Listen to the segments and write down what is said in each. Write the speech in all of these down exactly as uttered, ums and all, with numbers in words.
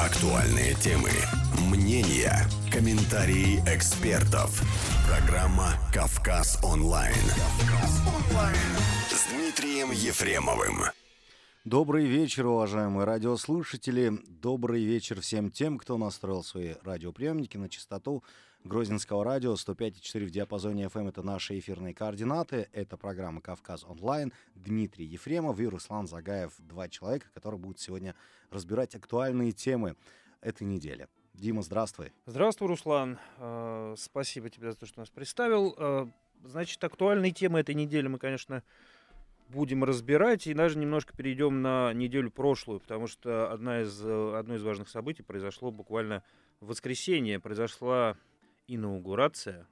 Актуальные темы, мнения, комментарии экспертов. Программа «Кавказ онлайн». С Дмитрием Ефремовым. Добрый вечер, уважаемые радиослушатели. Добрый вечер всем тем, кто настроил свои радиоприемники на частоту Грозненского радио сто пять и четыре в диапазоне эф эм. Это наши эфирные координаты. Это программа «Кавказ онлайн». Дмитрий Ефремов и Руслан Загаев. Два человека, которые будут сегодня разбирать актуальные темы этой недели. Дима, здравствуй. Здравствуй, Руслан. Э, спасибо тебе за то, что нас представил. Э, значит, актуальные темы этой недели мы, конечно, будем разбирать, и даже немножко перейдем на неделю прошлую, потому что одна из, одно из важных событий произошло буквально в воскресенье. Произошла инаугурация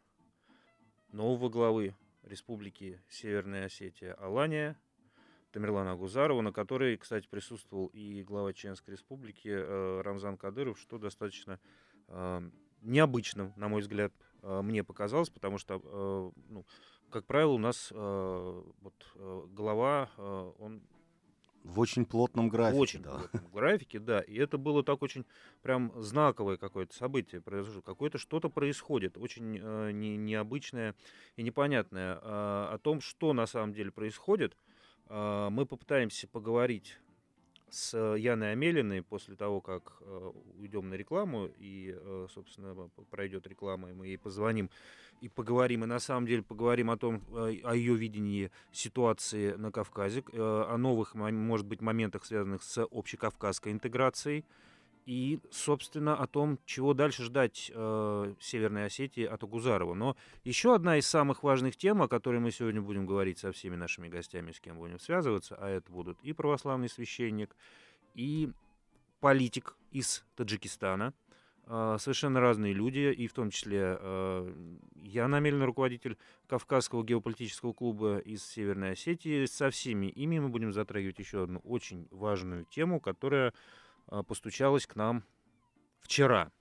нового главы Республики Северная Осетия Алания Тамерлана Агузарова, на которой, кстати, присутствовал и глава Чеченской Республики э, Рамзан Кадыров, что достаточно э, необычным, на мой взгляд, э, мне показалось, потому что, э, ну, как правило, у нас э, вот, э, глава, э, он в очень плотном графике. В очень да. плотном графике, да. И это было так очень прям знаковое какое-то событие произошло. Какое-то что-то происходит, очень э, не, необычное и непонятное. Э, о том, что на самом деле происходит, э, мы попытаемся поговорить с Яной Амелиной после того, как э, уйдем на рекламу, и, э, собственно, пройдет реклама, и мы ей позвоним и поговорим, и на самом деле поговорим о том, э, о ее видении ситуации на Кавказе, э, о новых, может быть, моментах, связанных с общекавказской интеграцией, и, собственно, о том, чего дальше ждать э, Северной Осетии от Агузарова. Но еще одна из самых важных тем, о которой мы сегодня будем говорить со всеми нашими гостями, с кем будем связываться, а это будут и православный священник, и политик из Таджикистана, э, совершенно разные люди, и в том числе э, Яна Амелина, руководитель Кавказского геополитического клуба из Северной Осетии. Со всеми ими мы будем затрагивать еще одну очень важную тему, которая постучалась к нам вчера.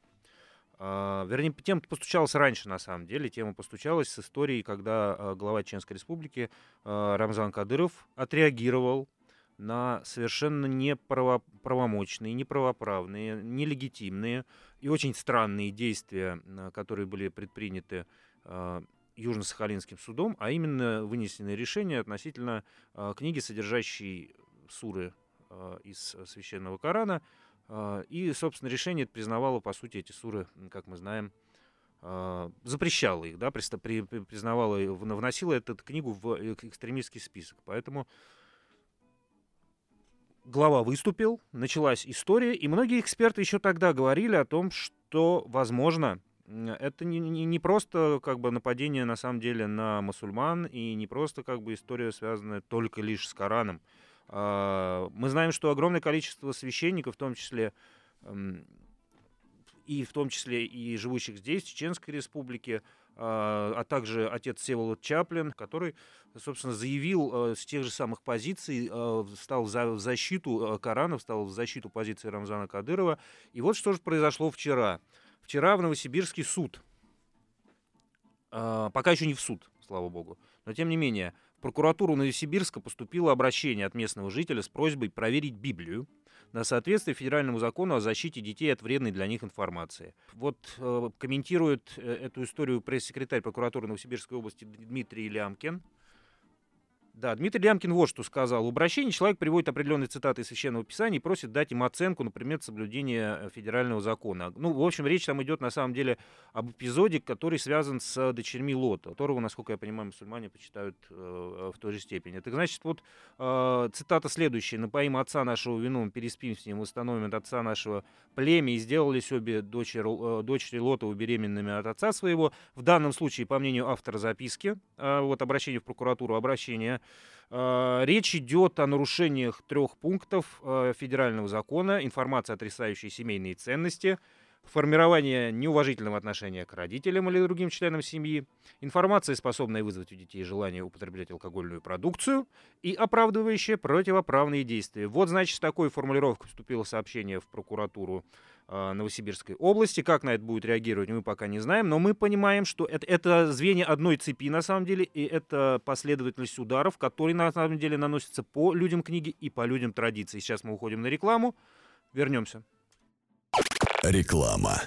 А, вернее, тема постучалась раньше, на самом деле. Тема постучалась с историей, когда а, глава Чеченской Республики а, Рамзан Кадыров отреагировал на совершенно неправомочные, неправоправные, нелегитимные и очень странные действия, а, которые были предприняты а, Южно-Сахалинским судом, а именно вынесенное решение относительно а, книги, содержащей суры из Священного Корана. И, собственно, решение это признавало, по сути, эти суры, как мы знаем, запрещало их, да, признавало, вносило эту книгу в экстремистский список. Поэтому глава выступил, началась история, и многие эксперты еще тогда говорили о том, что, возможно, это не, не, не просто как бы нападение, на самом деле, на мусульман, и не просто как бы история, связанная только лишь с Кораном. Мы знаем, что огромное количество священников, в том числе и в том числе и живущих здесь, в Чеченской Республике, а также отец Всеволод Чаплин, который, собственно, заявил с тех же самых позиций, встал в защиту Корана, встал в защиту позиции Рамзана Кадырова. И вот что же произошло вчера. Вчера в Новосибирский суд, пока еще не в суд, слава богу, но тем не менее, в прокуратуру Новосибирска поступило обращение от местного жителя с просьбой проверить Библию на соответствие федеральному закону о защите детей от вредной для них информации. Вот э, комментирует э, эту историю пресс-секретарь прокуратуры Новосибирской области Дмитрий Лямкин. Да, Дмитрий Лямкин вот что сказал. В обращении человек приводит определенные цитаты из Священного Писания и просит дать им оценку, например, соблюдения федерального закона. Ну, в общем, речь там идет, на самом деле, об эпизоде, который связан с дочерьми Лота, которого, насколько я понимаю, мусульмане почитают э, в той же степени. Так, значит, вот э, цитата следующая. «Напоим отца нашего вином, переспим с ним, установим от отца нашего племя, и сделались обе дочери, э, дочери Лотова беременными от отца своего». В данном случае, по мнению автора записки, э, вот обращение в прокуратуру, обращение, речь идет о нарушениях трех пунктов федерального закона: информация, отрицающая семейные ценности, формирование неуважительного отношения к родителям или другим членам семьи, информация, способная вызвать у детей желание употреблять алкогольную продукцию, и оправдывающая противоправные действия. Вот, значит, с такой формулировкой поступило сообщение в прокуратуру э, Новосибирской области. Как на это будет реагировать, мы пока не знаем, но мы понимаем, что это, это звенья одной цепи, на самом деле, и это последовательность ударов, которые, на самом деле, наносятся по людям книги и по людям традиции. Сейчас мы уходим на рекламу. Вернемся. Реклама.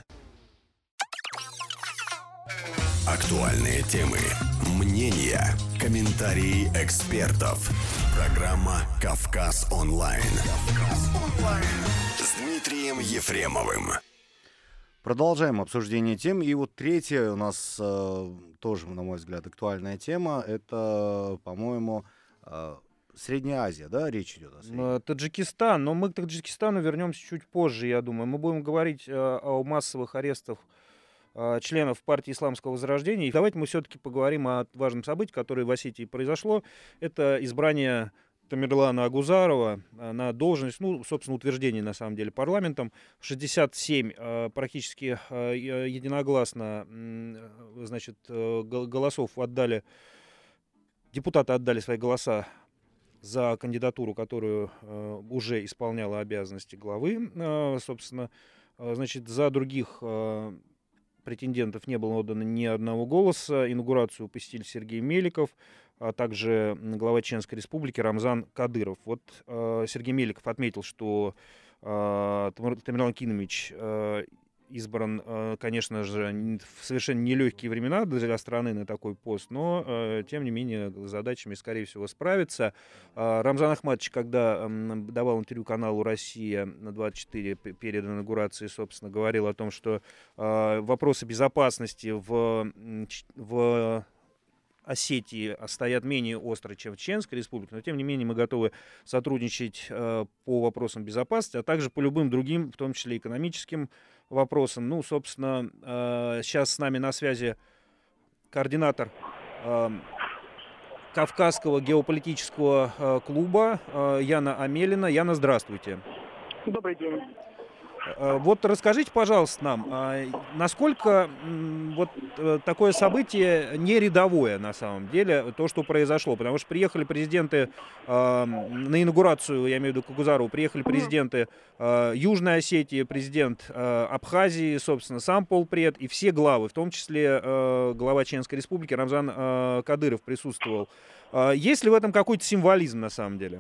Актуальные темы, мнения, комментарии экспертов. Программа «Кавказ онлайн». С Дмитрием Ефремовым. Продолжаем обсуждение тем. И вот третья у нас э, тоже, на мой взгляд, актуальная тема. Это, по-моему, э, Средняя Азия, да, речь идет о Средней? Таджикистан, но мы к Таджикистану вернемся чуть позже, я думаю. Мы будем говорить э, о массовых арестах э, членов партии Исламского Возрождения. И давайте мы все-таки поговорим о важном событии, которое в Осетии произошло. Это избрание Тамерлана Агузарова на должность, ну, собственно, утверждение, на самом деле, парламентом. шестьдесят семь э, практически э, единогласно, э, значит, э, голосов отдали, депутаты отдали свои голоса за кандидатуру, которую э, уже исполняла обязанности главы, э, собственно, э, значит, за других э, претендентов не было отдано ни одного голоса. Инаугурацию посетили Сергей Меликов, а также глава Чеченской Республики Рамзан Кадыров. Вот э, Сергей Меликов отметил, что э, Тамерлан Кинович э, избран, э, конечно же, в совершенно нелегкие времена для страны на такой пост, но, э, тем не менее, с задачами, скорее всего, справится. Э, Рамзан Ахматович, когда э, давал интервью каналу «Россия» на двадцать четыре перед инаугурацией, собственно, говорил о том, что э, вопросы безопасности в, в Осетии стоят менее остро, чем в Чеченской Республике, но, тем не менее, мы готовы сотрудничать э, по вопросам безопасности, а также по любым другим, в том числе экономическим вопросам. Ну, собственно, э, сейчас с нами на связи координатор э, Кавказского геополитического э, клуба э, Яна Амелина. Яна, здравствуйте. Добрый день. Вот расскажите, пожалуйста, нам, насколько вот такое событие не рядовое на самом деле, то, что произошло, потому что приехали президенты на инаугурацию, я имею в виду к Агузарову, приехали президенты Южной Осетии, президент Абхазии, собственно, сам полпред и все главы, в том числе глава Чеченской Республики Рамзан Кадыров присутствовал. Есть ли в этом какой-то символизм на самом деле?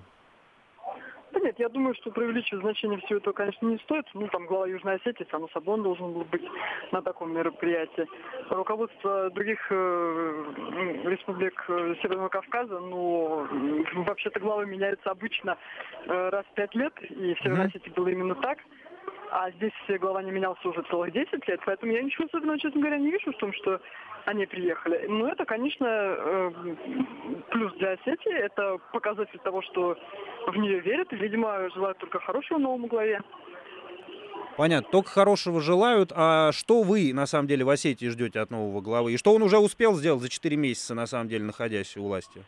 Да нет, я думаю, что преувеличивать значение всего этого, конечно, не стоит. Ну, там глава Южной Осетии, само собой, он должен был быть на таком мероприятии. Руководство других э, республик Северного Кавказа, ну, вообще-то главы меняются обычно э, раз в пять лет, и в Северной Осетии было именно так. А здесь глава не менялся уже целых десять лет, поэтому я ничего особенного, честно говоря, не вижу в том, что они приехали. Но это, конечно, плюс для Осетии, это показатель того, что в нее верят и, видимо, желают только хорошего новому главе. Понятно, только хорошего желают. А что вы, на самом деле, в Осетии ждете от нового главы? И что он уже успел сделать за четыре месяца, на самом деле, находясь у власти?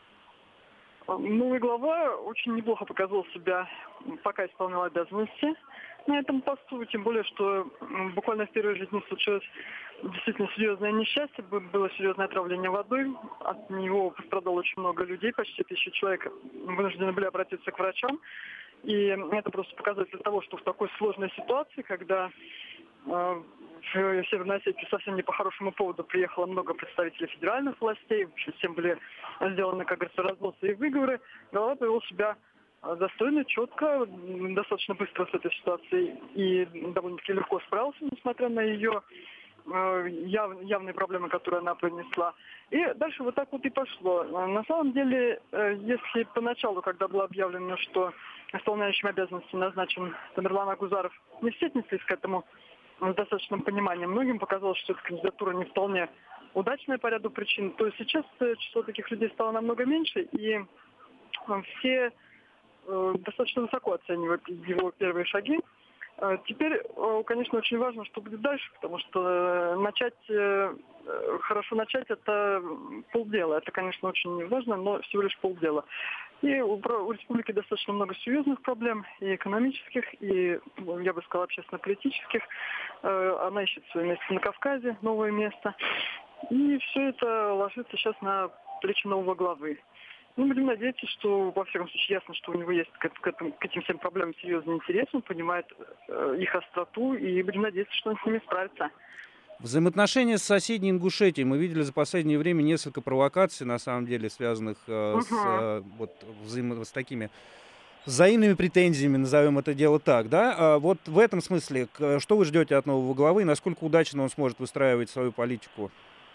Новый глава очень неплохо показал себя, пока исполнял обязанности на этом посту, тем более, что буквально в первые же дни случилось действительно серьезное несчастье, было серьезное отравление водой, от него пострадало очень много людей, почти тысяча человек вынуждены были обратиться к врачам, и это просто показатель того, что в такой сложной ситуации, когда э, в Северной Осетии совсем не по хорошему поводу приехало много представителей федеральных властей, всем были сделаны, как говорится, разносы и выговоры, глава повел себя достойно, четко, достаточно быстро с этой ситуацией и довольно-таки легко справился, несмотря на ее э, яв, явные проблемы, которые она принесла. И дальше вот так вот и пошло. На самом деле, э, если поначалу, когда было объявлено, что исполняющим обязанности назначен Тамерлан Агузаров, не все отнеслись к этому с достаточным пониманием. Многим показалось, что эта кандидатура не вполне удачная по ряду причин. То сейчас число таких людей стало намного меньше, и все достаточно высоко оценивают его первые шаги. Теперь, конечно, очень важно, что будет дальше, потому что начать, хорошо начать, это полдела. Это, конечно, очень важно, но всего лишь полдела. И у, у республики достаточно много серьезных проблем, и экономических, и, я бы сказала, общественно-политических. Она ищет свое место на Кавказе, новое место. И все это ложится сейчас на плечи нового главы. Ну, будем надеяться, что, во всяком случае, ясно, что у него есть к, к, этому, к этим всем проблемам серьезный интерес, он понимает э, их остроту, и будем надеяться, что он с ними справится. Взаимоотношения с соседней Ингушетией. Мы видели за последнее время несколько провокаций, на самом деле, связанных э, uh-huh. с, э, вот, взаимо... с такими с взаимными претензиями, назовем это дело так, да? А вот в этом смысле, к- что вы ждете от нового главы, и насколько удачно он сможет выстраивать свою политику?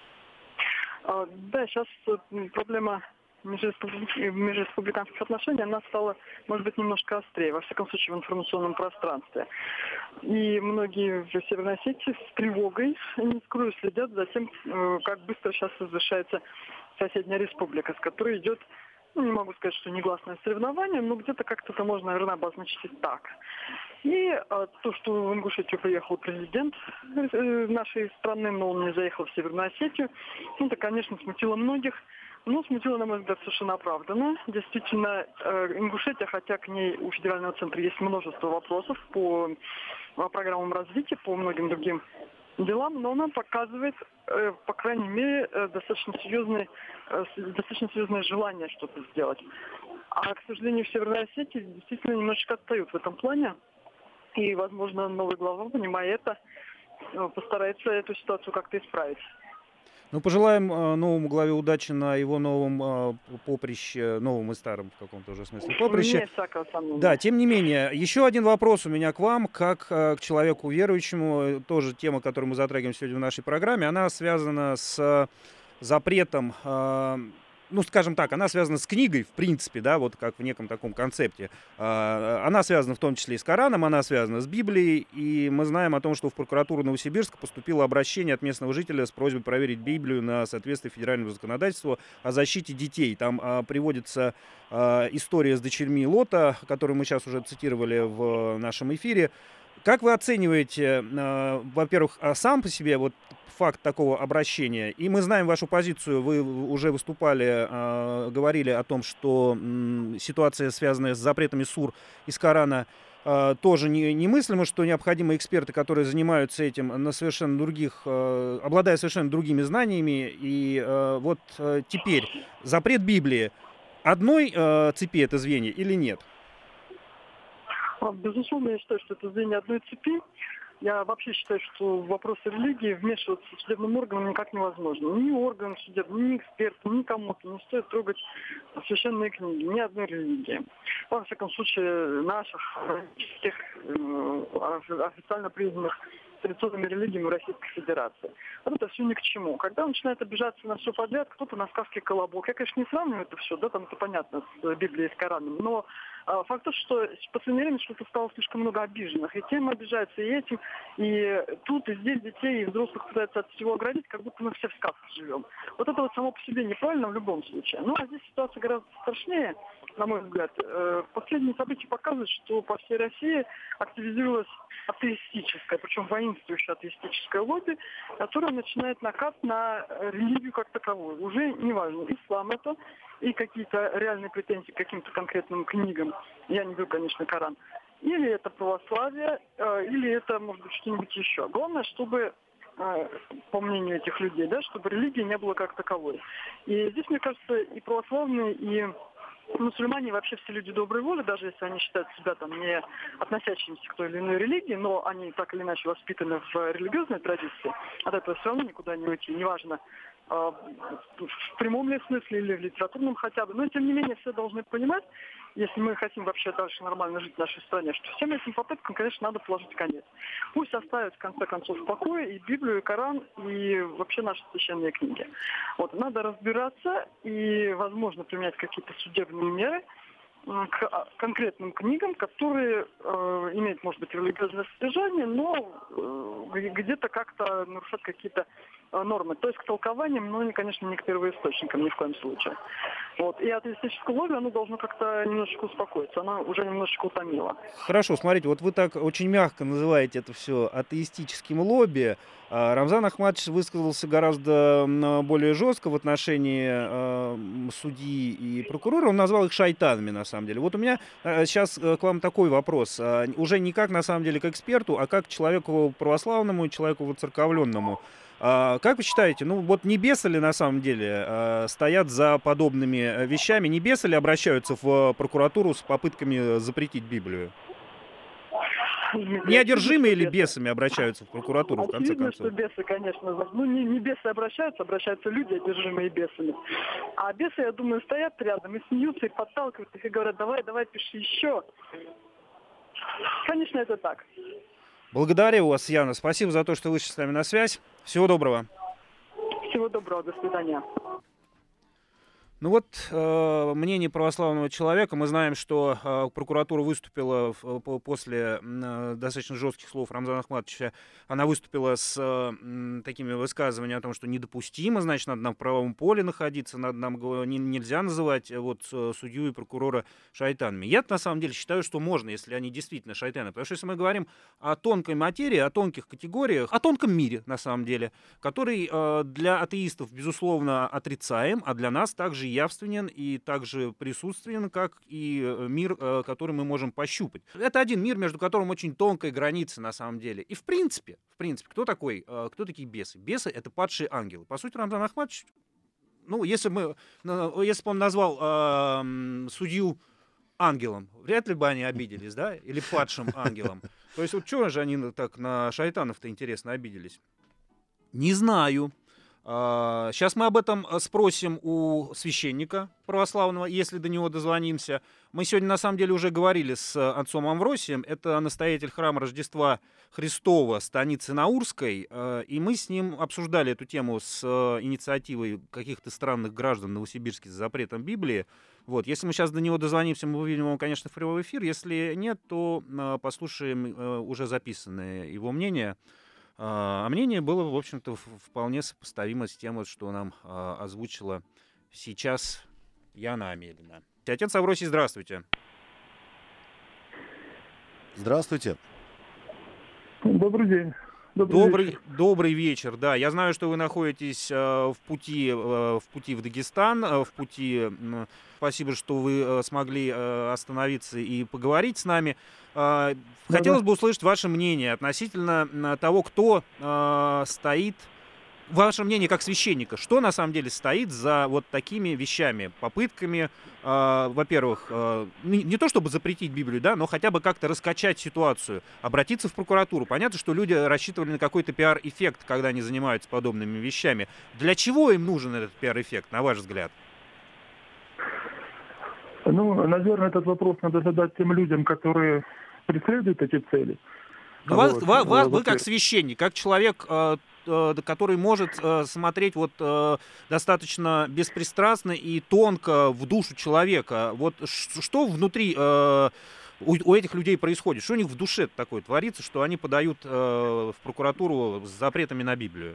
А, Да, сейчас проблема межреспубли- межреспубликанских отношений, она стала, может быть, немножко острее, во всяком случае, в информационном пространстве. И многие в Северной Осетии с тревогой, не скрою, следят за тем, э, как быстро сейчас возвышается соседняя республика, с которой идет, ну, не могу сказать, что негласное соревнование, но где-то как-то это можно, наверное, обозначить и так. И а, то, что в Ингушетию приехал президент э, нашей страны, но он не заехал в Северную Осетию, ну, это, конечно, смутило многих. Ну, смутило, на мой взгляд, совершенно оправданно. Действительно, э, Ингушетия, хотя к ней у федерального центра есть множество вопросов по, по программам развития, по многим другим делам, но она показывает, э, по крайней мере, э, достаточно серьезное, э, с- достаточно серьезное желание что-то сделать. А, к сожалению, в Северной Осетии действительно немножечко отстают в этом плане. И, возможно, новый глава, понимая это, э, постарается эту ситуацию как-то исправить. Ну, пожелаем э, новому главе удачи на его новом э, поприще, новом и старом в каком-то уже смысле поприще. Вне всякого сомнения. Да, тем не менее, еще один вопрос у меня к вам, как э, к человеку верующему, э, тоже тема, которую мы затрагиваем сегодня в нашей программе, она связана с э, запретом, э, ну, скажем так, она связана с книгой, в принципе, да, вот как в неком таком концепте. Э, Она связана в том числе и с Кораном, она связана с Библией, и мы знаем о том, что в прокуратуру Новосибирска поступило обращение от местного жителя с просьбой проверить Библию на соответствие федеральному законодательству о защите детей. Там э, приводится э, история с дочерьми Лота, которую мы сейчас уже цитировали в нашем эфире. Как вы оцениваете, э, во-первых, а сам по себе вот факт такого обращения? И мы знаем вашу позицию, вы уже выступали, э, говорили о том, что м, ситуация, связанная с запретами сур из Корана, э, тоже не, немыслимо, что необходимы эксперты, которые занимаются этим на совершенно других, э, обладая совершенно другими знаниями. И э, вот э, теперь запрет Библии одной э, цепи это звенья или нет? А, Безусловно, я считаю, что это звенья одной цепи. Я вообще считаю, что в вопросы религии вмешиваться судебным органам никак невозможно. Ни органам судебным, ни экспертам, ни кому-то не стоит трогать священные книги, ни одной религии. Во всяком случае, наших российских, э, офи- официально признанных традиционными религиями Российской Федерации. Вот это все ни к чему. Когда он начинает обижаться на все подряд, кто-то на сказке «Колобок». Я, конечно, не сравниваю это все, да, там это понятно с Библией и с Кораном, но а, факт тот, что в последнее время что-то стало слишком много обиженных. И тем обижаются, и этим. И тут, и здесь детей, и взрослых пытаются от всего оградить, как будто мы все в сказке живем. Вот это вот само по себе неправильно в любом случае. Ну, а здесь ситуация гораздо страшнее, на мой взгляд. Э, Последние события показывают, что по всей России активизировалась атеистическое, причем воинствующее атеистическое лобби, которое начинает накат на э, религию как таковую. Уже неважно, ислам это, и какие-то реальные претензии к каким-то конкретным книгам. Я не беру, конечно, Коран. Или это православие, э, или это, может быть, что-нибудь еще. Главное, чтобы, э, по мнению этих людей, да, чтобы религии не было как таковой. И здесь, мне кажется, и православные, и мусульмане, вообще все люди доброй воли, даже если они считают себя там не относящимися к той или иной религии, но они так или иначе воспитаны в религиозной традиции, от этого все равно никуда не уйти, неважно, э, в прямом ли смысле или в литературном хотя бы. Но, тем не менее, все должны понимать, если мы хотим вообще дальше нормально жить в нашей стране, что всем этим попыткам, конечно, надо положить конец. Пусть оставят, в конце концов, в покое и Библию, и Коран, и вообще наши священные книги. Вот, надо разбираться и, возможно, применять какие-то судебные меры м, к а, конкретным книгам, которые э, имеют, может быть, религиозное содержание, но э, г- где-то как-то нарушают какие-то э, нормы. То есть к толкованиям, но, не, конечно, не к первоисточникам ни в коем случае. Вот. И атеистическое лобби, оно должно как-то немножечко успокоиться. Оно уже немножечко утомило. Хорошо, смотрите, вот вы так очень мягко называете это все атеистическим лобби. А Рамзан Ахматович высказался гораздо м, более жестко в отношении э, м, судьи и прокурора. Он назвал их шайтанами, на самом деле. Вот у меня сейчас к вам такой вопрос. А, Уже не как, на самом деле, к эксперту, а как к человеку православному и человеку воцерковленному. А, Как вы считаете, ну вот не бесы ли на самом деле э, стоят за подобными э, вещами? Не бесы ли обращаются в прокуратуру с попытками запретить Библию? Неодержимые или бесами обращаются в прокуратуру, в конце Очевидно, концов? что бесы, конечно. Ну, не, не бесы обращаются, обращаются люди, одержимые бесами. А бесы, я думаю, стоят рядом и смеются, и подталкивают их, и говорят, давай, давай, пиши еще. Конечно, это так. Благодарю вас, Яна. Спасибо за то, что вышли с нами на связь. Всего доброго. Всего доброго, до свидания. Ну вот э, мнение православного человека. Мы знаем, что э, прокуратура выступила в, по, после э, достаточно жестких слов Рамзана Ахматовича. Она выступила с э, такими высказываниями о том, что недопустимо, значит, надо нам в правовом поле находиться, надо нам не, нельзя называть вот судью и прокурора шайтанами. Я на самом деле считаю, что можно, если они действительно шайтаны. Потому что если мы говорим о тонкой материи, о тонких категориях, о тонком мире, на самом деле, который э, для атеистов, безусловно, отрицаем, а для нас также явственен и также присутствен, как и мир, который мы можем пощупать. Это один мир, между которым очень тонкая граница на самом деле. И в принципе, в принципе, кто такой, кто такие бесы? Бесы — это падшие ангелы. По сути, Рамзан Ахматович, ну, если бы, если бы он назвал э, судью ангелом, вряд ли бы они обиделись, да? Или падшим ангелом. То есть вот чего же они так на шайтанов-то, интересно, обиделись? Не знаю. Сейчас мы об этом спросим у священника православного, если до него дозвонимся. Мы сегодня, на самом деле, уже говорили с отцом Амвросием. Это настоятель храма Рождества Христова станицы Наурской. И мы с ним обсуждали эту тему с инициативой каких-то странных граждан Новосибирска с запретом Библии. Вот. Если мы сейчас до него дозвонимся, мы выведем его, конечно, в прямой эфир. Если нет, то послушаем уже записанное его мнение. А мнение было, в общем-то, вполне сопоставимо с тем, что нам а, озвучила сейчас Яна Амелина. Отец Амвросий, здравствуйте. Здравствуйте. Добрый день. Добрый, добрый, вечер. добрый вечер, да. Я знаю, что вы находитесь э, в пути, э, в пути в Дагестан, э, в пути. Э, спасибо, что вы э, смогли э, остановиться и поговорить с нами. Э, хотелось бы услышать ваше мнение относительно того, кто э, стоит. Ваше мнение как священника, что на самом деле стоит за вот такими вещами, попытками, э, во-первых, э, не, не то чтобы запретить Библию, да, но хотя бы как-то раскачать ситуацию, обратиться в прокуратуру. Понятно, что люди рассчитывали на какой-то пиар-эффект, когда они занимаются подобными вещами. Для чего им нужен этот пиар-эффект, на ваш взгляд? Ну, наверное, этот вопрос надо задать тем людям, которые преследуют эти цели. Ну, вот. вас, вас, вы как священник, как человек, э, э, который может э, смотреть вот, э, достаточно беспристрастно и тонко в душу человека. Вот ш- что внутри э, у, у этих людей происходит? Что у них в душе такое творится, что они подают э, в прокуратуру с запретами на Библию?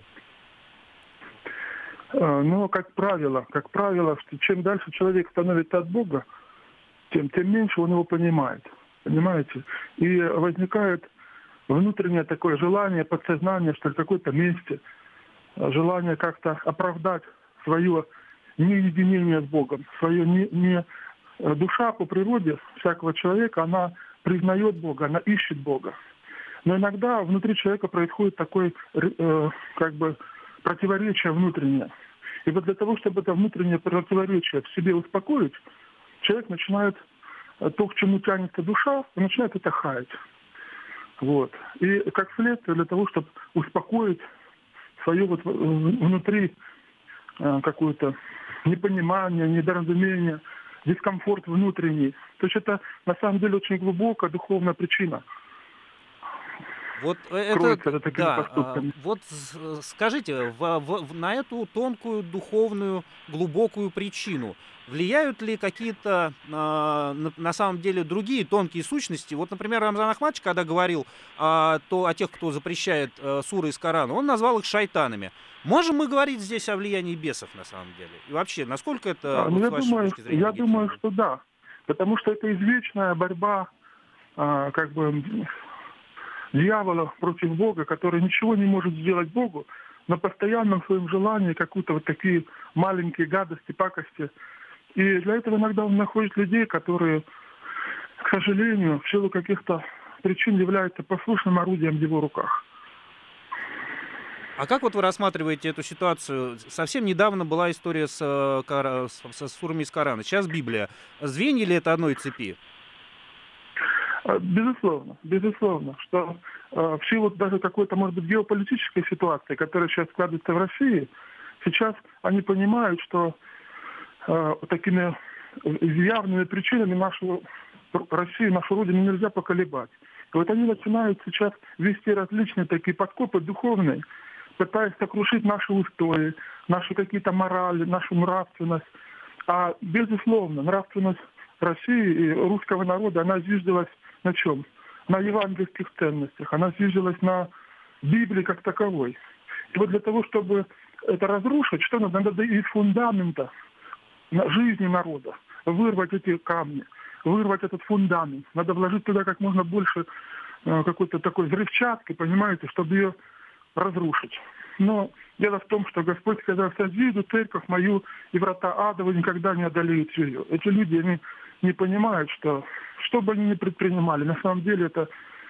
Ну, как правило, как правило, что чем дальше человек становится от Бога, тем, тем меньше он его понимает. Понимаете? И возникает внутреннее такое желание, подсознание, что в какой-то месте, желание как-то оправдать свое неединение с Богом, свое не, не душа по природе всякого человека, она признает Бога, она ищет Бога. Но иногда внутри человека происходит такое э, как бы противоречие внутреннее. И вот для того, чтобы это внутреннее противоречие в себе успокоить, человек начинает то, к чему тянется душа, он начинает это хаять. Вот. И как следствие, для того, чтобы успокоить свое вот внутри э, какое-то непонимание, недоразумение, дискомфорт внутренний. То есть это на самом деле очень глубокая духовная причина. Вот это, да, вот скажите, в, в, на эту тонкую, духовную, глубокую причину влияют ли какие-то, э, на, на самом деле, другие тонкие сущности? Вот, например, Рамзан Ахматович, когда говорил э, то, о тех, кто запрещает э, суры из Корана, он назвал их шайтанами. Можем мы говорить здесь о влиянии бесов, на самом деле? И вообще, насколько это, а, вот, я с вашей думаю, точки зрения, Я легитимно? думаю, что да. Потому что это извечная борьба, э, как бы... дьявола против Бога, который ничего не может сделать Богу, но постоянно в своем желании какие-то вот такие маленькие гадости, пакости. И для этого иногда он находит людей, которые, к сожалению, в силу каких-то причин являются послушным орудием в его руках. А как вот вы рассматриваете эту ситуацию? Совсем недавно была история с, с, с сурами из Корана. Сейчас Библия. Звенья ли это одной цепи? Э, Безусловно, безусловно, что э, в силу даже какой-то, может быть, геополитической ситуации, которая сейчас складывается в России, сейчас они понимают, что э, такими явными причинами нашу Россию, нашу Родину нельзя поколебать. И вот они начинают сейчас вести различные такие подкопы духовные, пытаясь сокрушить наши устои, наши какие-то морали, нашу нравственность. А, безусловно, нравственность России и русского народа, она зиждилась на чем? На евангельских ценностях, она зиждилась на Библии как таковой. И вот для того, чтобы это разрушить, что надо? Надо из фундамента жизни народа вырвать эти камни, вырвать этот фундамент. Надо вложить туда как можно больше э, какой-то такой взрывчатки, понимаете, чтобы ее разрушить. Но дело в том, что Господь сказал: «Созиду церковь мою, и врата ада вы никогда не одолеете ее». Эти люди, они не понимают, что что бы они ни предпринимали, на самом деле это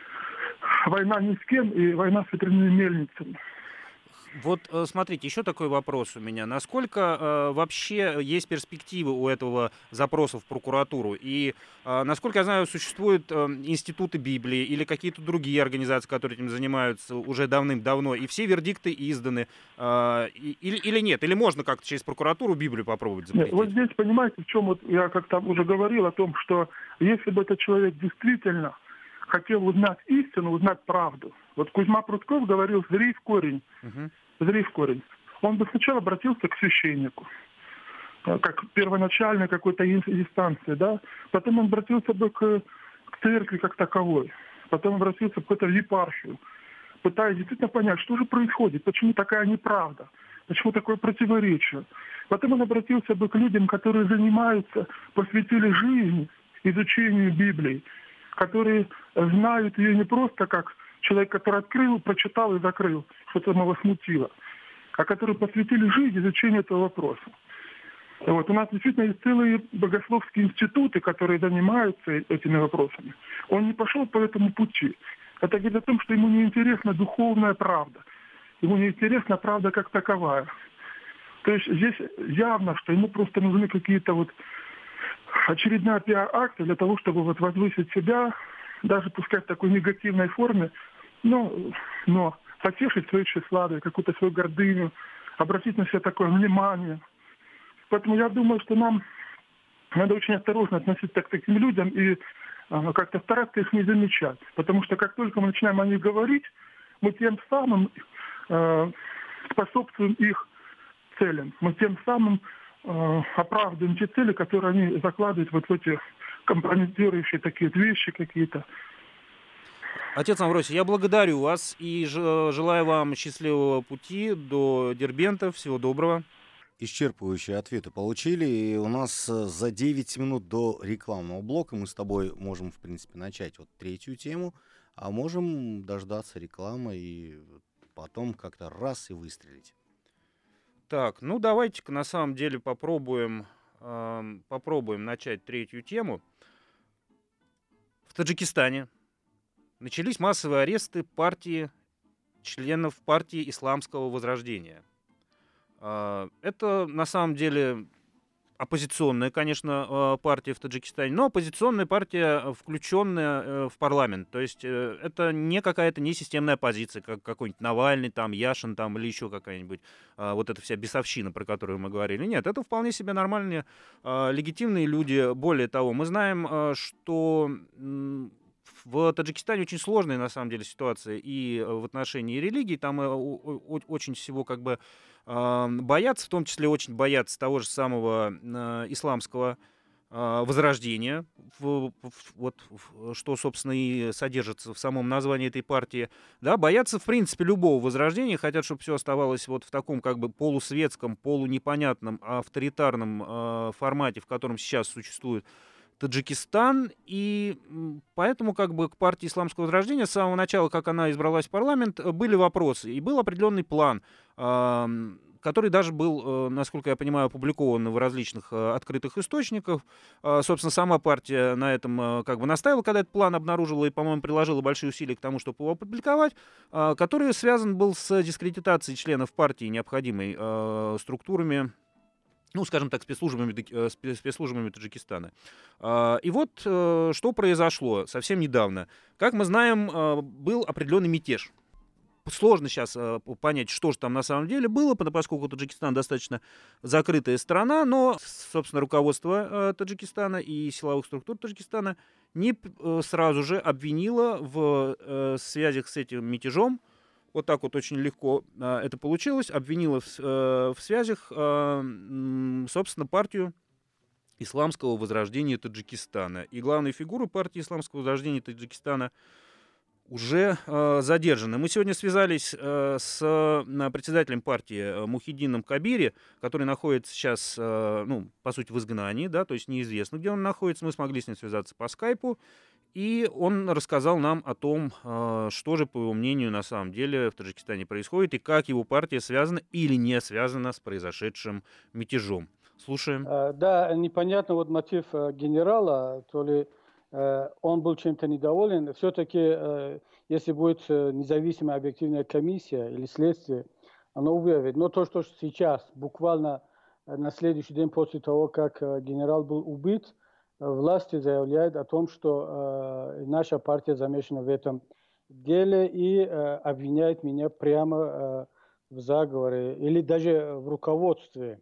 война ни с кем и война с ветряными мельницами. Вот э, смотрите, еще такой вопрос у меня. Насколько э, вообще есть перспективы у этого запроса в прокуратуру? И, э, насколько я знаю, существуют э, институты Библии или какие-то другие организации, которые этим занимаются уже давным-давно, и все вердикты изданы. Э, и, или, или нет? Или можно как-то через прокуратуру Библию попробовать запретить? Нет, вот здесь, понимаете, в чем вот я как-то уже говорил о том, что если бы этот человек действительно хотел узнать истину, узнать правду. Вот Кузьма Прутков говорил: «Зри в корень». Угу. Зри в корень. Он бы сначала обратился к священнику, как первоначальной какой-то инстанции, да. Потом он обратился бы к, к церкви как таковой. Потом обратился бы в епархию, пытаясь действительно понять, что же происходит, почему такая неправда, почему такое противоречие. Потом он обратился бы к людям, которые занимаются, посвятили жизнь изучению Библии, которые знают ее не просто как человек, который открыл, прочитал и закрыл, что-то его смутило, а которые посвятили жизнь изучению этого вопроса. Вот. У нас действительно есть целые богословские институты, которые занимаются этими вопросами. Он не пошел по этому пути. Это говорит о том, что ему не интересна духовная правда. Ему не интересна правда как таковая. То есть здесь явно, что ему просто нужны какие-то вот очередные пиар-акты для того, чтобы вот возвысить себя, даже пускай в такой негативной форме, но, но потешить свое тщеславие, какую-то свою гордыню, обратить на себя такое внимание. Поэтому я думаю, что нам надо очень осторожно относиться к таким людям и а, как-то стараться их не замечать. Потому что как только мы начинаем о них говорить, мы тем самым э, способствуем их целям. Мы тем самым э, оправдываем те цели, которые они закладывают вот в эти компрометирующие такие вещи какие-то. Отец Амвросий, я благодарю вас и желаю вам счастливого пути до Дербента. Всего доброго. Исчерпывающие ответы получили, и у нас за девять минут до рекламного блока мы с тобой можем, в принципе, начать вот третью тему, а можем дождаться рекламы и потом как-то раз и выстрелить. Так, ну давайте-ка на самом деле попробуем, э, попробуем начать третью тему. В Таджикистане начались массовые аресты партии, членов партии Исламского Возрождения. Это, на самом деле, оппозиционная, конечно, партия в Таджикистане, но оппозиционная партия, включенная в парламент. То есть это не какая-то не системная оппозиция, как какой-нибудь Навальный, там, Яшин там, или еще какая-нибудь вот эта вся бесовщина, про которую мы говорили. Нет, это вполне себе нормальные, легитимные люди. Более того, мы знаем, что в Таджикистане очень сложная, на самом деле, ситуация и в отношении религии. Там очень всего как бы боятся, в том числе очень боятся того же самого исламского возрождения, вот, что, собственно, и содержится в самом названии этой партии. Да, боятся, в принципе, любого возрождения, хотят, чтобы все оставалось вот в таком как бы полусветском, полунепонятном, авторитарном формате, в котором сейчас существует Таджикистан, и поэтому как бы к партии Исламского Возрождения с самого начала, как она избралась в парламент, были вопросы, и был определенный план, который даже был, насколько я понимаю, опубликован в различных открытых источниках. Собственно, сама партия на этом как бы настаивала, когда этот план обнаружила и, по-моему, приложила большие усилия к тому, чтобы его опубликовать, который связан был с дискредитацией членов партии, необходимой структурами ну, скажем так, спецслужбами, спецслужбами Таджикистана. И вот что произошло совсем недавно. Как мы знаем, был определенный мятеж. Сложно сейчас э, понять, что же там на самом деле было, поскольку Таджикистан достаточно закрытая страна, но, собственно, руководство э, Таджикистана и силовых структур Таджикистана не э, сразу же обвинило в э, связях с этим мятежом, вот так вот очень легко э, это получилось, обвинило в, э, в связях, э, собственно, партию Исламского возрождения Таджикистана. И главной фигурой партии Исламского возрождения Таджикистана уже э, задержаны. Мы сегодня связались э, с э, председателем партии э, Мухиддином Кабири, который находится сейчас, э, ну, по сути, в изгнании, да, то есть неизвестно, где он находится. Мы смогли с ним связаться по скайпу, и он рассказал нам о том, э, что же, по его мнению, на самом деле в Таджикистане происходит, и как его партия связана или не связана с произошедшим мятежом. Слушаем. Да, непонятно вот мотив генерала, то ли он был чем-то недоволен. Все-таки, если будет независимая объективная комиссия или следствие, оно выявит. Но то, что сейчас, буквально на следующий день после того, как генерал был убит, власти заявляют о том, что наша партия замешана в этом деле и обвиняет меня прямо в заговоре или даже в руководстве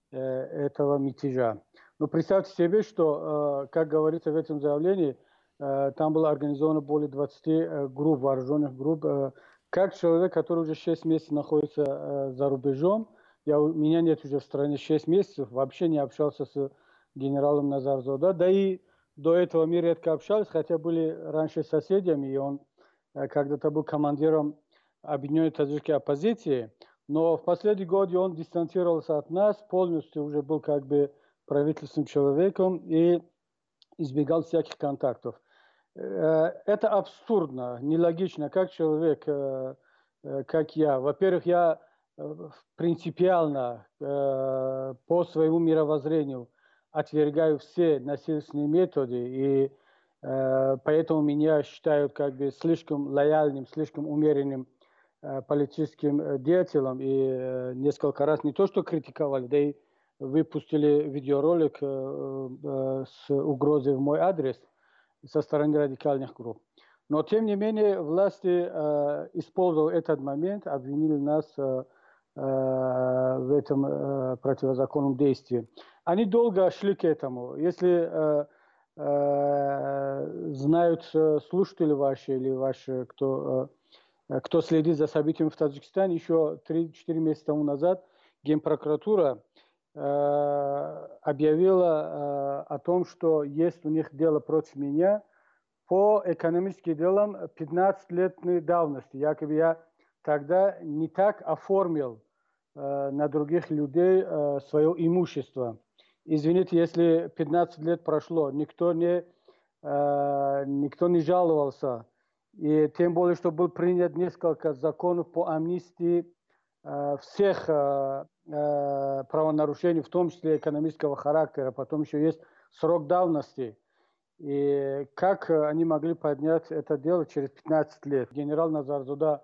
этого мятежа. Но представьте себе, что, как говорится в этом заявлении, там было организовано более двадцати групп, вооруженных групп. Как человек, который уже шесть месяцев находится за рубежом, я, у меня нет уже в стране шесть месяцев, вообще не общался с генералом Назарзода, да и до этого мы редко общались, хотя были раньше соседями, и он когда-то был командиром объединенной таджикской оппозиции, но в последние годы он дистанцировался от нас, полностью уже был как бы правительственным человеком и избегал всяких контактов. Это абсурдно, нелогично, как человек, как я. Во-первых, я принципиально по своему мировоззрению отвергаю все насильственные методы, и поэтому меня считают как бы слишком лояльным, слишком умеренным политическим деятелем, и несколько раз не то что критиковали, да и выпустили видеоролик э, э, с угрозой в мой адрес со стороны радикальных групп. Но, тем не менее, власти э, использовали этот момент, обвинили нас э, э, в этом э, противозаконном действии. Они долго шли к этому. Если э, э, знают слушатели ваши или ваши, кто, э, кто следит за событиями в Таджикистане, еще три-четыре месяца тому назад Генпрокуратура объявила о том, что есть у них дело против меня по экономическим делам пятнадцатилетней давности. Якобы я тогда не так оформил на других людей свое имущество. Извините, если пятнадцать лет прошло, никто не, никто не жаловался. И тем более, что был принят несколько законов по амнистии всех правонарушений, в том числе экономического характера. Потом еще есть срок давности. И как они могли поднять это дело через пятнадцать лет? Генерал Назарзода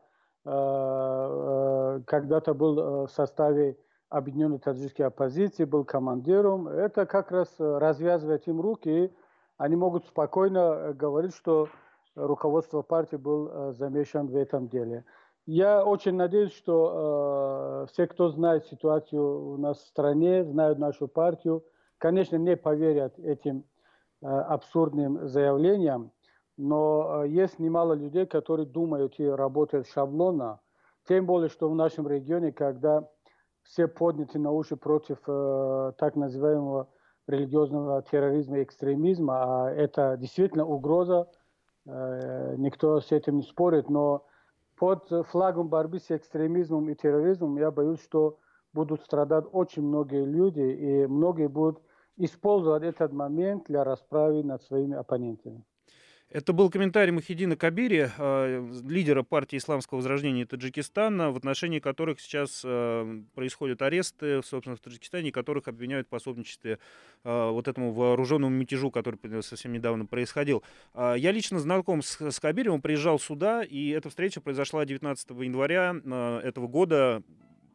э, когда-то был в составе объединенной таджикской оппозиции, был командиром. Это как раз развязывает им руки, и они могут спокойно говорить, что руководство партии был замешан в этом деле. Я очень надеюсь, что э, все, кто знает ситуацию у нас в стране, знают нашу партию, конечно, не поверят этим э, абсурдным заявлениям, но э, есть немало людей, которые думают и работают шаблонно, тем более, что в нашем регионе, когда все подняты на уши против э, так называемого религиозного терроризма и экстремизма, а это действительно угроза, э, никто с этим не спорит, но под флагом борьбы с экстремизмом и терроризмом я боюсь, что будут страдать очень многие люди, и многие будут использовать этот момент для расправы над своими оппонентами. Это был комментарий Мухиддина Кабири, э, лидера партии Исламского возрождения Таджикистана, в отношении которых сейчас э, происходят аресты, собственно, в Таджикистане, которых обвиняют в пособничестве э, вот этому вооруженному мятежу, который совсем недавно происходил. Э, я лично знаком с, с Кабири, он приезжал сюда, и эта встреча произошла девятнадцатого января э, этого года,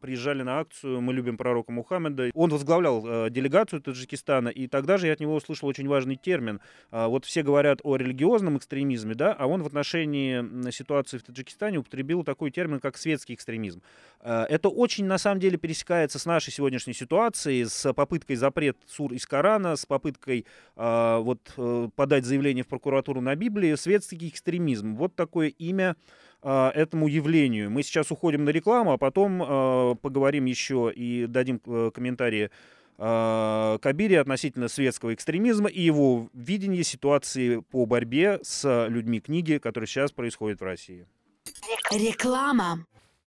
приезжали на акцию «Мы любим пророка Мухаммеда». Он возглавлял э, делегацию Таджикистана, и тогда же я от него услышал очень важный термин. Э, вот все говорят о религиозном экстремизме, да, а он в отношении ситуации в Таджикистане употребил такой термин, как светский экстремизм. Э, это очень, на самом деле, пересекается с нашей сегодняшней ситуацией, с попыткой запрет сур из Корана, с попыткой э, вот, э, подать заявление в прокуратуру на Библии. Светский экстремизм. Вот такое имя этому явлению. Мы сейчас уходим на рекламу, а потом э, поговорим еще и дадим э, комментарии э, Кабире относительно светского экстремизма и его видения ситуации по борьбе с людьми книги, которая сейчас происходит в России. Реклама.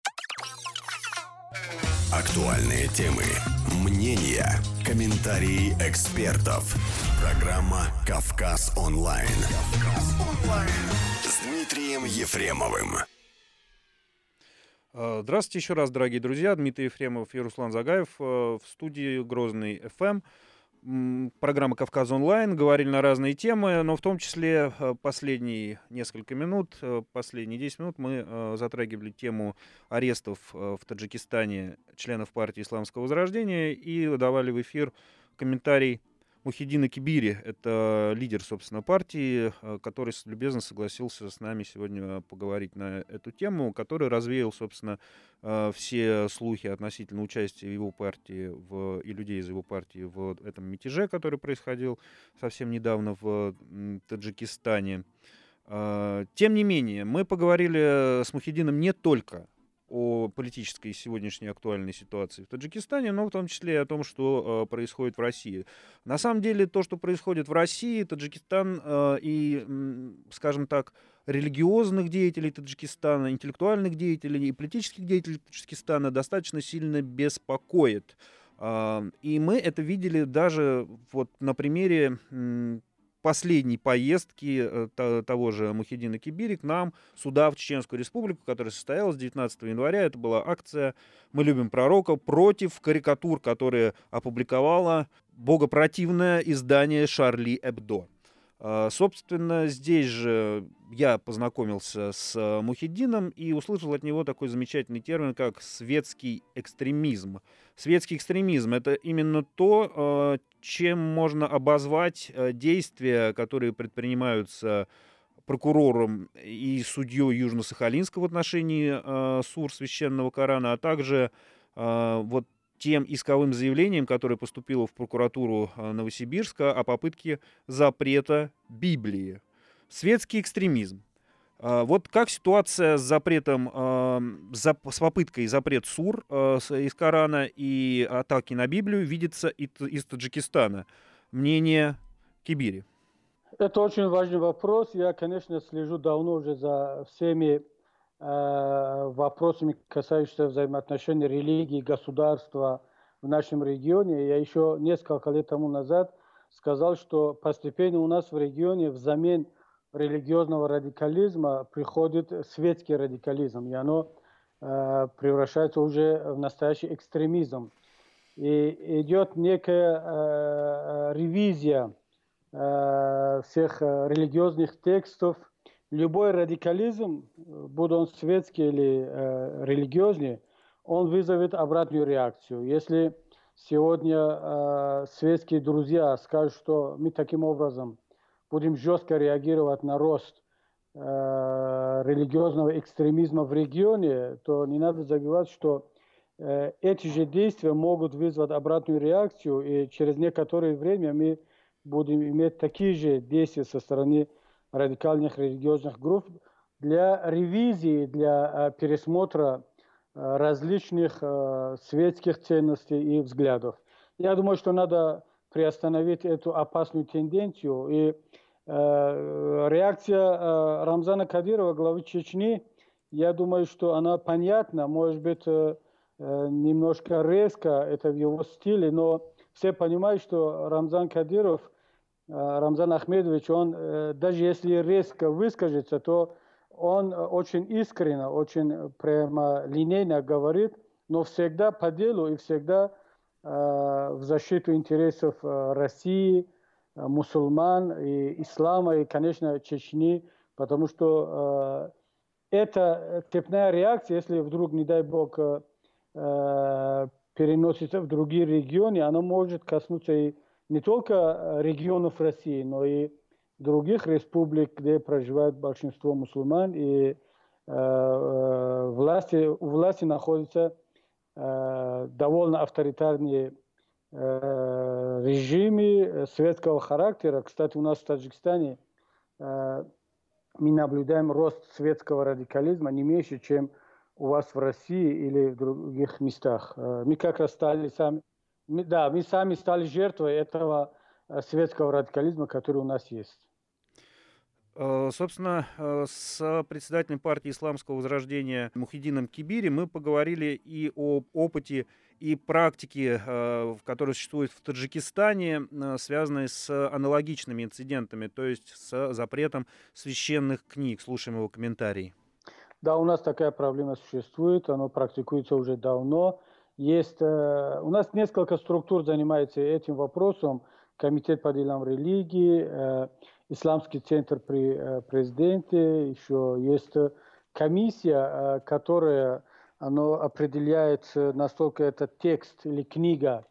Актуальные темы, мнения, комментарии экспертов. Программа «Кавказ онлайн». «Кавказ онлайн» с Дмитрием Ефремовым. Здравствуйте еще раз, дорогие друзья. Дмитрий Ефремов и Руслан Загаев в студии Грозный эф эм. Программа «Кавказ онлайн». Говорили на разные темы, но в том числе последние несколько минут, последние десять минут мы затрагивали тему арестов в Таджикистане членов партии Исламского Возрождения и давали в эфир комментарий Мухиддина Кибири. Это лидер, собственно, партии, который любезно согласился с нами сегодня поговорить на эту тему, который развеял, собственно, все слухи относительно участия его партии в, и людей из его партии в этом мятеже, который происходил совсем недавно в Таджикистане. Тем не менее, мы поговорили с Мухиддином не только о политической сегодняшней актуальной ситуации в Таджикистане, но в том числе и о том, что э, происходит в России. На самом деле, то, что происходит в России, Таджикистан э, и, м, скажем так, религиозных деятелей Таджикистана, интеллектуальных деятелей и политических деятелей Таджикистана достаточно сильно беспокоит. Э, и мы это видели даже вот на примере м, последней поездки э, того же Мухиддина Кибири к нам сюда, в Чеченскую Республику, которая состоялась девятнадцатого января. Это была акция «Мы любим пророка» против карикатур, которые опубликовало богопротивное издание «Шарли Эбдо». Э, собственно, здесь же я познакомился с Мухиддином и услышал от него такой замечательный термин, как светский экстремизм. Светский экстремизм — это именно то, чем можно обозвать действия, которые предпринимаются прокурором и судьей Южно-Сахалинска в отношении э, сур священного Корана, а также э, вот тем исковым заявлением, которое поступило в прокуратуру Новосибирска о попытке запрета Библии. Светский экстремизм. Вот как ситуация с запретом, с попыткой запрет сур из Корана и атаки на Библию видится из Таджикистана? Мнение Кибири. Это очень важный вопрос. Я, конечно, слежу давно уже за всеми э, вопросами, касающимися взаимоотношений религии и государства в нашем регионе. Я еще несколько лет тому назад сказал, что постепенно у нас в регионе взамен религиозного радикализма приходит светский радикализм, и оно э, превращается уже в настоящий экстремизм. И идет некая э, ревизия э, всех религиозных текстов. Любой радикализм, будь он светский или э, религиозный, он вызовет обратную реакцию. Если сегодня э, светские друзья скажут, что мы таким образом будем жестко реагировать на рост э, религиозного экстремизма в регионе, то не надо забывать, что э, эти же действия могут вызвать обратную реакцию, и через некоторое время мы будем иметь такие же действия со стороны радикальных религиозных групп для ревизии, для э, пересмотра э, различных э, светских ценностей и взглядов. Я думаю, что надо приостановить эту опасную тенденцию. И э, реакция э, Рамзана Кадирова, главы Чечни, я думаю, что она понятна, может быть, э, э, немножко резко, это в его стиле, но все понимают, что Рамзан Кадиров, э, Рамзан Ахмедович, он, э, даже если резко выскажется, то он очень искренне, очень прямолинейно говорит, но всегда по делу и всегда в защиту интересов России, мусульман, и ислама и, конечно, Чечни, потому что э, это цепная реакция, если вдруг, не дай бог, э, переносится в другие регионы, оно может коснуться и не только регионов России, но и других республик, где проживает большинство мусульман, и э, э, власти, у власти находятся э, довольно авторитарные э, режимы светского характера. Кстати, у нас в Таджикистане э, мы наблюдаем рост светского радикализма не меньше, чем у вас в России или в других местах. Э, мы как раз стали сами, мы, да, мы сами стали жертвой этого светского радикализма, который у нас есть. Собственно, с председателем партии Исламского возрождения Мухиддином Кибири мы поговорили и об опыте и практике, которая существует в Таджикистане, связанной с аналогичными инцидентами, то есть с запретом священных книг. Слушаем его комментарий. Да, у нас такая проблема существует, она практикуется уже давно. Есть, у нас несколько структур занимается этим вопросом. Комитет по делам религии, Исламский центр при президенте, еще есть комиссия, которая оно определяет, насколько этот текст или книга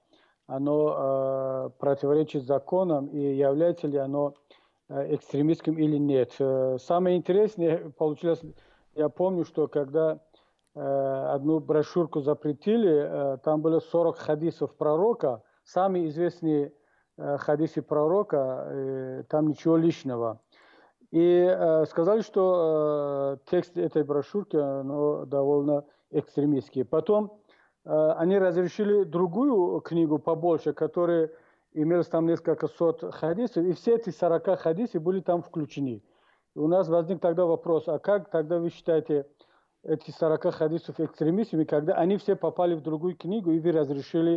оно противоречит законам и является ли оно экстремистским или нет. Самое интересное получилось, я помню, что когда одну брошюрку запретили, там было сорок хадисов пророка, самые известные хадисы пророка, там ничего лишнего. И э, сказали, что э, текст этой брошюрки ну, довольно экстремистский. Потом э, они разрешили другую книгу побольше, которая имелась там несколько сот хадисов, и все эти сорок хадисов были там включены. И у нас возник тогда вопрос, а как тогда вы считаете эти сорок хадисов экстремистами, когда они все попали в другую книгу, и вы разрешили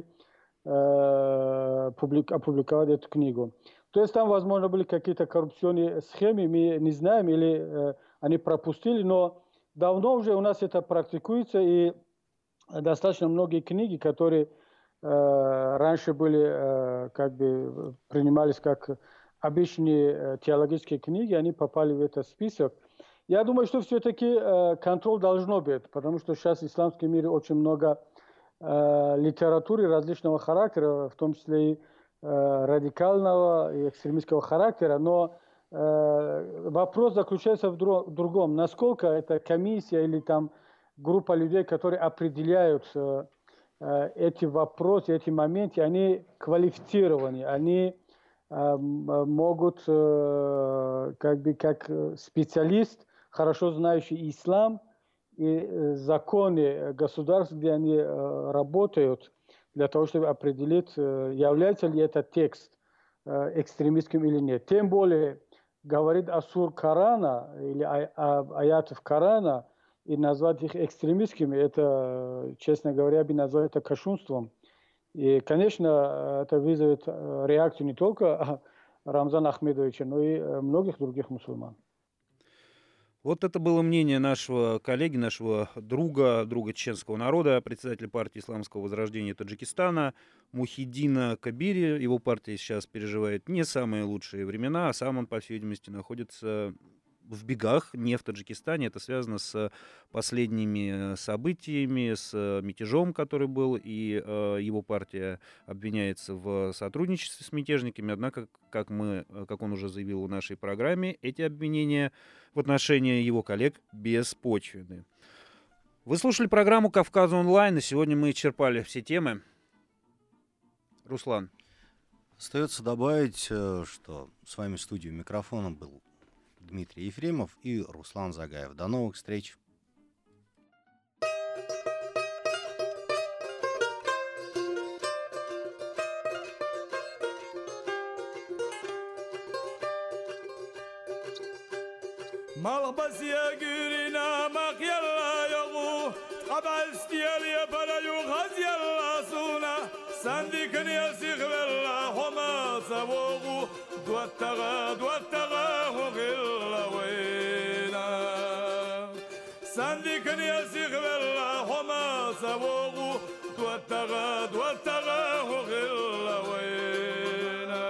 опубликовать эту книгу. То есть там, возможно, были какие-то коррупционные схемы, мы не знаем, или э, они пропустили, но давно уже у нас это практикуется, и достаточно многие книги, которые э, раньше были, э, как бы, принимались как обычные э, теологические книги, они попали в этот список. Я думаю, что все-таки э, контроль должно быть, потому что сейчас в исламском мире очень много литературы различного характера, в том числе и э, радикального и экстремистского характера, но э, вопрос заключается в, друг, в другом, насколько эта комиссия или там группа людей, которые определяют э, э, эти вопросы, эти моменты, они квалифицированы, они э, могут э, как бы как специалист, хорошо знающий ислам, и законы государств, где они э, работают, для того, чтобы определить, э, является ли этот текст э, экстремистским или нет. Тем более, говорит о сур Корана или а, а, аятов Корана и назвать их экстремистскими, это, честно говоря, бы назвать это кощунством. И, конечно, это вызовет реакцию не только Рамзана Ахмедовича, но и многих других мусульман. Вот это было мнение нашего коллеги, нашего друга, друга чеченского народа, председателя партии Исламского возрождения Таджикистана Мухиддина Кибири. Его партия сейчас переживает не самые лучшие времена, а сам он, по всей видимости, находится в бегах, не в Таджикистане. Это связано с последними событиями, с мятежом, который был, и э, его партия обвиняется в сотрудничестве с мятежниками. Однако, как, мы, как он уже заявил в нашей программе, эти обвинения в отношении его коллег беспочвенны. Вы слушали программу «Кавказ онлайн», и сегодня мы исчерпали все темы. Руслан. Остается добавить, что с вами в студии микрофона был Дмитрий Ефремов и Руслан Загаев. До новых встреч! ملبس يقرنا مق يلا يغو قبل استيال يبلا يغز يلا سونا سندكن يسيخ بالله وما سبوغو دواتغا دواتغا وغلا وينا سندكن يسيخ بالله وما سبوغو دواتغا دواتغا وغلا وينا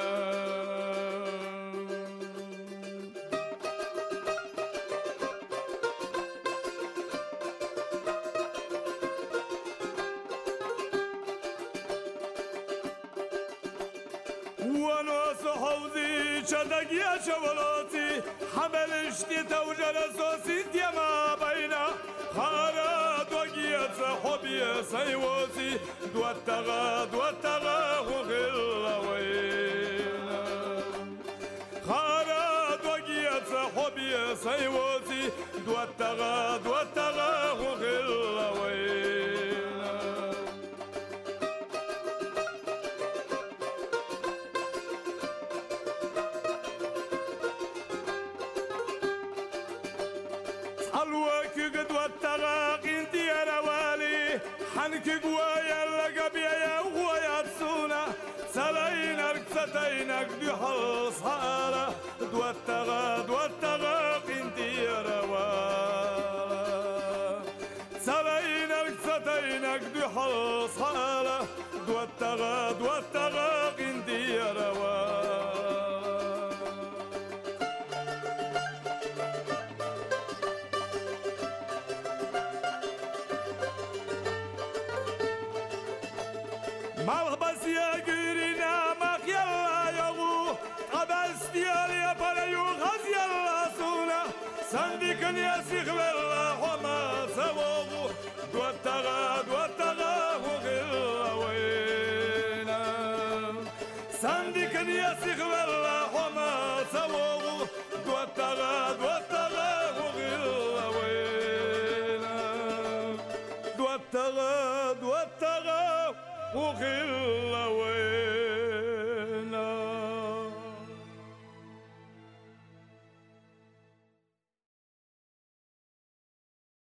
حوزي شدق يا شولاتي حمل اشتي توجر سوسي ما بينا خارات وقيت حبي سيوسي دوتغا دوتغا وغلا وينا خارات وقيت حبي سيوسي دوتغا دوتغا وغلا وينا حلوك قد والتغاقين ديال والي حنك قوايا اللقب يا ويا تسونا سلاينك ستينك دي حصالة دوتغا دوتغاقين ديال والا سلاينك ستينك دي حصالة دوتغا دوتغاقين ديال والا مالبس يا قرينا ماك يلا يغو قبس ديال يا بلايو غاز يلا سونا صنديق يا سيخ والله وما سوغو دوتغا دوتغا وغلا وينا صنديق يا سيخ والله وما سوغو دوتغا دوتغا وغلا وينا دوتغا دوتغا وغلا وين